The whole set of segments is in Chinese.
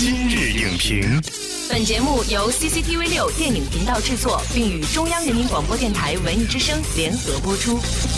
今日影评， 本节目由 CCTV6 电影频道制作，并与中央人民广播电台文艺之声联合播出。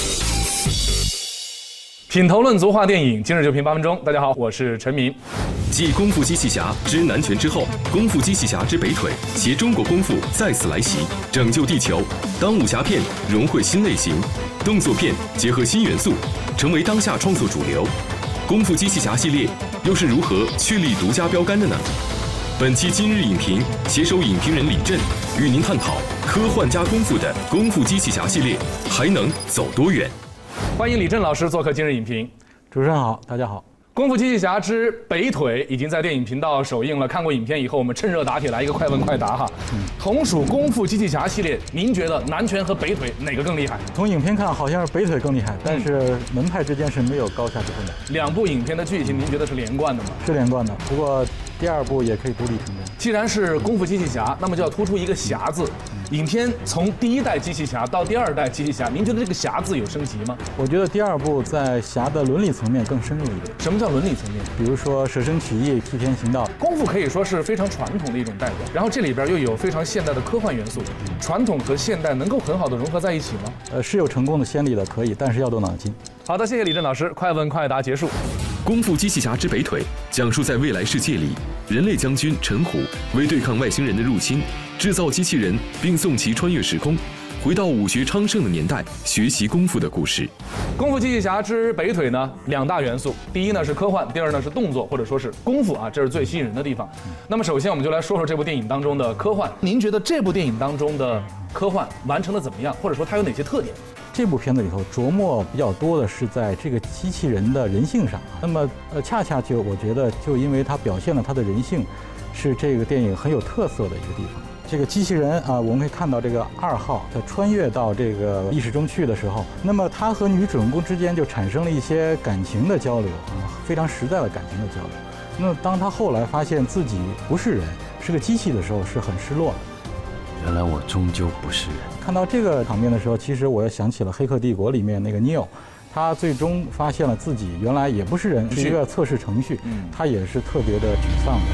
品头论足话电影，今日就评8分钟。大家好，我是陈明。 继《功夫机器侠之南拳》之后，《功夫机器侠之北腿》携中国功夫再次来袭，拯救地球。当武侠片融汇新类型，动作片结合新元素，成为当下创作主流。功夫机器侠系列又是如何确立独家标杆的呢？本期今日影评携手影评人李振，与您探讨科幻加功夫的功夫机器侠系列还能走多远。 欢迎李振老师做客今日影评。 主持人好，大家好。 《功夫机器侠之北腿》已经在电影频道首映了。看过影片以后，我们趁热打铁来一个快问快答哈。同属功夫机器侠系列，您觉得南拳和北腿哪个更厉害？ 从影片看，好像是北腿更厉害，但是门派之间是没有高下之分的。 两部影片的剧情，您觉得是连贯的吗？ 是连贯的，不过第二部也可以独立评论。 既然是功夫机器侠，那么就要突出一个侠字。影片从第一代机器侠到第二代机器侠，您觉得这个侠字有升级吗？ 我觉得第二部在侠的伦理层面更深入一点。 什么叫伦理层面？ 比如说舍身取义、替天行道。 功夫可以说是非常传统的一种代表，然后这里边又有非常现代的科幻元素，传统和现代能够很好的融合在一起吗？ 是有成功的先例的，可以，但是要动脑筋。 好的，谢谢李振老师，快问快答结束。 功夫机器侠之北腿讲述在未来世界里，人类将军陈虎为对抗外星人的入侵，制造机器人并送其穿越时空，回到武学昌盛的年代学习功夫的故事。 功夫机器侠之北腿呢，两大元素，第一呢是科幻，第二呢是动作或者说是功夫啊，这是最吸引人的地方。那么首先我们就来说说这部电影当中的科幻。您觉得这部电影当中的科幻完成的怎么样，或者说它有哪些特点？ 这部片子里头琢磨比较多的是在这个机器人的人性上。那么恰恰就我觉得就因为它表现了它的人性，是这个电影很有特色的一个地方。这个机器人啊，我们可以看到这个2号他穿越到这个意识中去的时候，那么他和女主人公之间就产生了一些感情的交流啊，非常实在的感情的交流。那么当他后来发现自己不是人，是个机器的时候，是很失落的。 原来我终究不是人。 看到这个场面的时候，其实我又想起了《黑客帝国》里面那个 Neo， 他最终发现了自己原来也不是人，是一个测试程序，他也是特别的沮丧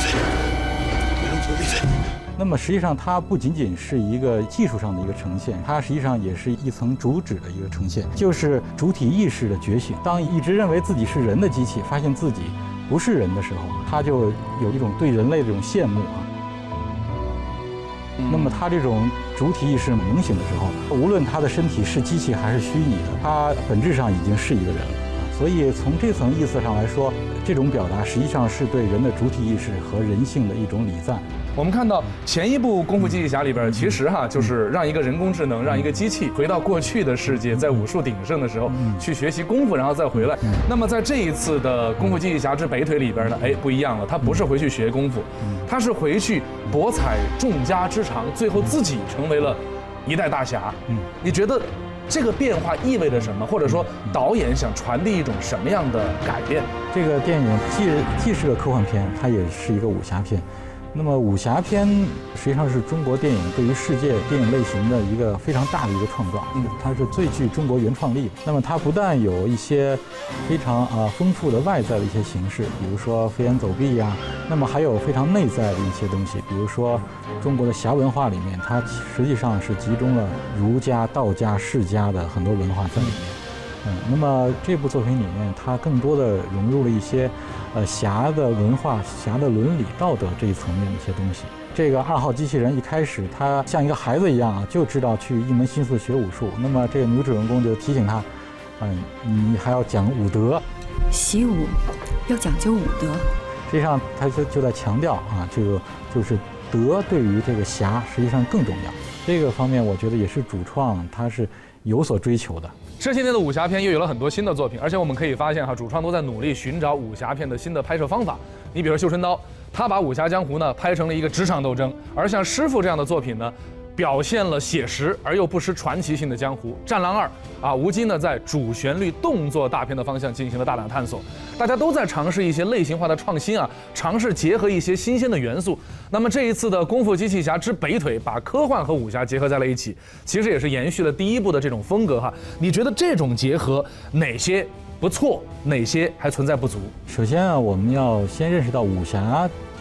的。那么实际上，它不仅仅是一个技术上的一个呈现，它实际上也是一层主旨的一个呈现，就是主体意识的觉醒。当一直认为自己是人的机器发现自己不是人的时候，他就有一种对人类的这种羡慕啊。那么他这种主体意识明醒的时候，无论他的身体是机器还是虚拟的，他本质上已经是一个人了。所以从这层意思上来说，这种表达实际上是对人的主体意识和人性的一种礼赞。 我们看到前一部《功夫机器侠》里边，其实就是让一个人工智能，让一个机器回到过去的世界，在武术鼎盛的时候去学习功夫，然后再回来。那么在这一次的《功夫机器侠之北腿》里边呢，不一样了，他不是回去学功夫，他是回去博采众家之长，最后自己成为了一代大侠。你觉得这个变化意味着什么？或者说导演想传递一种什么样的改变？ 这个电影既是个科幻片，它也是一个武侠片。那么武侠片实际上是中国电影对于世界电影类型的一个非常大的一个创造，它是最具中国原创力的。那么它不但有一些非常丰富的外在的一些形式，比如说飞檐走壁呀，那么还有非常内在的一些东西，比如说中国的侠文化里面，它实际上是集中了儒家、道家、释家的很多文化在里面。那么这部作品里面，它更多的融入了一些侠的文化、侠的伦理、道德这一层面的一些东西。这个2号机器人一开始，他像一个孩子一样就知道去一门心思学武术。那么这个女主人公就提醒他，你还要讲武德， 习武要讲究武德。 实际上，他就在强调这个就是德对于这个侠实际上更重要。这个方面，我觉得也是主创他是有所追求的。 这些年的武侠片又有了很多新的作品，而且我们可以发现主创都在努力寻找武侠片的新的拍摄方法。你比如绣春刀，他把武侠江湖呢拍成了一个职场斗争，而像师傅这样的作品呢，表现了写实而又不失传奇性的江湖。战狼2吴京呢在主旋律动作大片的方向进行了大胆探索，大家都在尝试一些类型化的创新尝试结合一些新鲜的元素。那么这一次的《功夫机器侠之北腿》把科幻和武侠结合在了一起，其实也是延续了第一部的这种风格你觉得这种结合哪些不错，哪些还存在不足？ 首先我们要先认识到武侠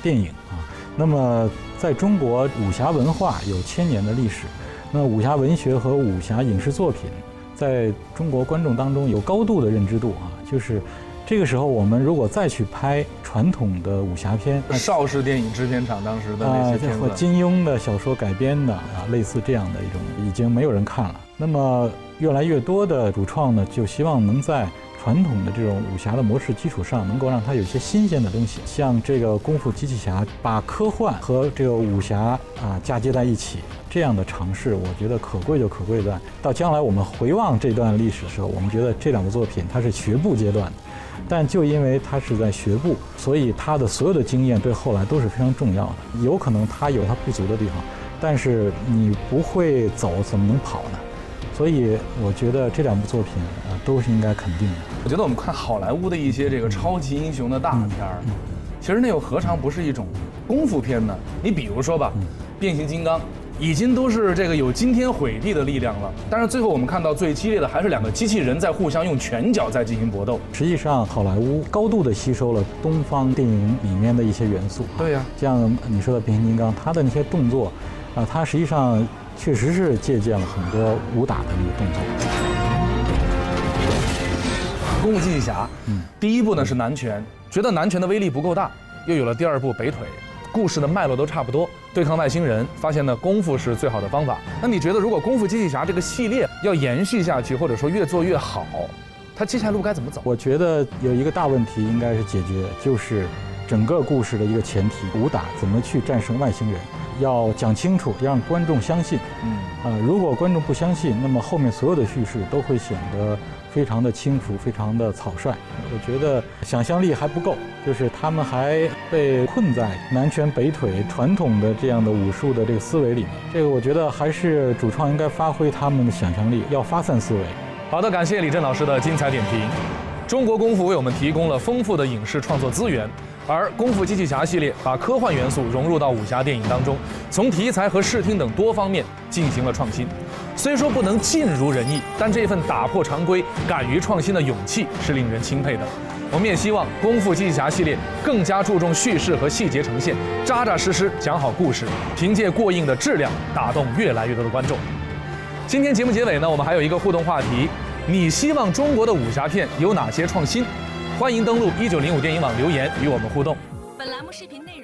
电影啊。那么在中国，武侠文化有1000年的历史，那武侠文学和武侠影视作品在中国观众当中有高度的认知度啊，就是这个时候我们如果再去拍传统的武侠片， 邵氏电影制片厂当时的那些片子， 或金庸的小说改编的啊，类似这样的一种，已经没有人看了。那么越来越多的主创呢，就希望能在传统的这种武侠的模式基础上，能够让它有一些新鲜的东西，像这个功夫机器侠把科幻和这个武侠啊嫁接在一起，这样的尝试，我觉得可贵就可贵在到将来我们回望这段历史的时候，我们觉得这2部作品它是学步阶段的，但就因为它是在学步，所以它的所有的经验对后来都是非常重要的。有可能它有它不足的地方，但是你不会走，怎么能跑呢？所以我觉得这2部作品都是应该肯定的。 我觉得我们看好莱坞的一些这个超级英雄的大片儿，其实那又何尝不是一种功夫片呢？你比如说吧，变形金刚已经都是这个有惊天毁地的力量了，但是最后我们看到最激烈的还是2个机器人在互相用拳脚在进行搏斗。 实际上，好莱坞高度的吸收了东方电影里面的一些元素。 对呀， 像你说的变形金刚，它的那些动作它实际上确实是借鉴了很多武打的那个动作。 功夫机器侠，第1部呢是南拳，觉得南拳的威力不够大，又有了第2部北腿，故事的脉络都差不多，对抗外星人，发现呢功夫是最好的方法。那你觉得如果功夫机器侠这个系列要延续下去，或者说越做越好，它接下来路该怎么走？ 我觉得有一个大问题应该是解决，就是整个故事的一个前提，武打怎么去战胜外星人，要讲清楚，让观众相信。如果观众不相信，那么后面所有的叙事都会显得非常的轻浮，非常的草率。我觉得想象力还不够，就是他们还被困在南拳北腿传统的这样的武术的这个思维里面。这个我觉得还是主创应该发挥他们的想象力，要发散思维。 好的，感谢李振老师的精彩点评。中国功夫为我们提供了丰富的影视创作资源，而功夫机器侠系列把科幻元素融入到武侠电影当中，从题材和视听等多方面进行了创新。虽说不能尽如人意，但这份打破常规、敢于创新的勇气是令人钦佩的。我们也希望功夫机器侠系列更加注重叙事和细节呈现，扎扎实实讲好故事，凭借过硬的质量打动越来越多的观众。今天节目结尾呢，我们还有一个互动话题：你希望中国的武侠片有哪些创新？欢迎登录1905电影网留言与我们互动。 本栏目视频内容